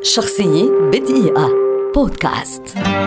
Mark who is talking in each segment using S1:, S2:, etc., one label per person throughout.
S1: شخصية بدقيقة بودكاست.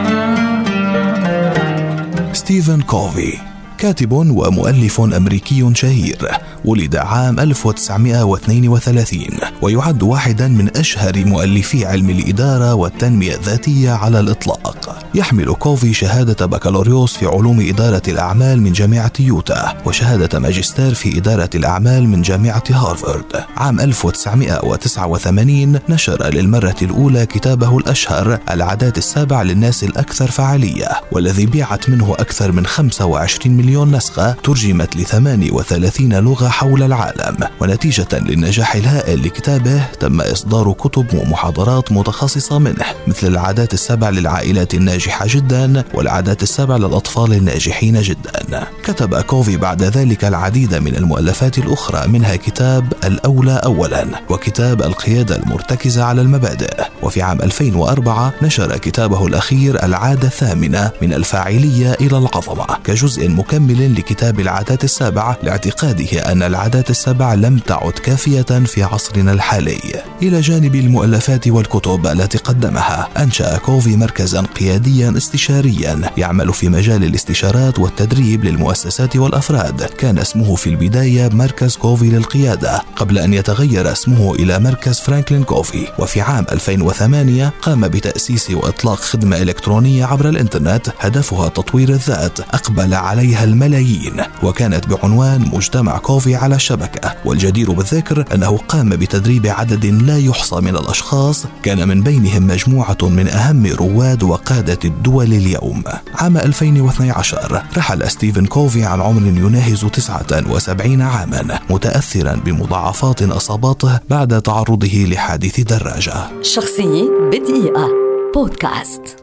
S2: ستيفن كوفي كاتب ومؤلف أمريكي شهير، ولد عام 1932 ويعد واحدا من أشهر مؤلفي علم الإدارة والتنمية الذاتية على الإطلاق. يحمل كوفي شهادة بكالوريوس في علوم إدارة الأعمال من جامعة يوتا، وشهادة ماجستير في إدارة الأعمال من جامعة هارفارد. عام 1989 نشر للمرة الأولى كتابه الأشهر العادات السبع للناس الأكثر فعالية، والذي بيعت منه أكثر من 25 مليون نسخة ترجمت ل 38 لغة حول العالم. ونتيجة للنجاح الهائل لكتابه تم إصدار كتب ومحاضرات متخصصة منه، مثل العادات السبع للعائلات الناجحة جدا والعادات السبع للأطفال الناجحين جدا. كتب كوفي بعد ذلك العديد من المؤلفات الأخرى، منها كتاب الأولى أولا وكتاب القيادة المرتكزة على المبادئ. وفي عام 2004 نشر كتابه الأخير العادة الثامنة من الفاعلية إلى العظمة كجزء مكمل لكتاب العادات السبع، لاعتقاده أن العادات السبع لم تعد كافية في عصرنا الحالي. إلى جانب المؤلفات والكتب التي قدمها، أنشأ كوفي مركزا قياديا استشاريا يعمل في مجال الاستشارات والتدريب للمؤسسات والأفراد. كان اسمه في البداية مركز كوفي للقيادة، قبل أن يتغير اسمه إلى مركز فرانكلين كوفي. وفي عام 2008 قام بتأسيس وإطلاق خدمة إلكترونية عبر الإنترنت هدفها تطوير الذات أقبل عليها الملايين، وكانت بعنوان مجتمع كوفي على الشبكة. والجدير بالذكر أنه قام بتدريب عدد لا يحصى من الأشخاص، كان من بينهم مجموعة من أهم رواد وقادة الدول اليوم. عام 2012 رحل ستيفن كوفي عن عمر يناهز 79 عاما، متأثرا بمضاعفات أصابته بعد تعرضه لحادث دراجة.
S1: شخصية بدقيقة بودكاست.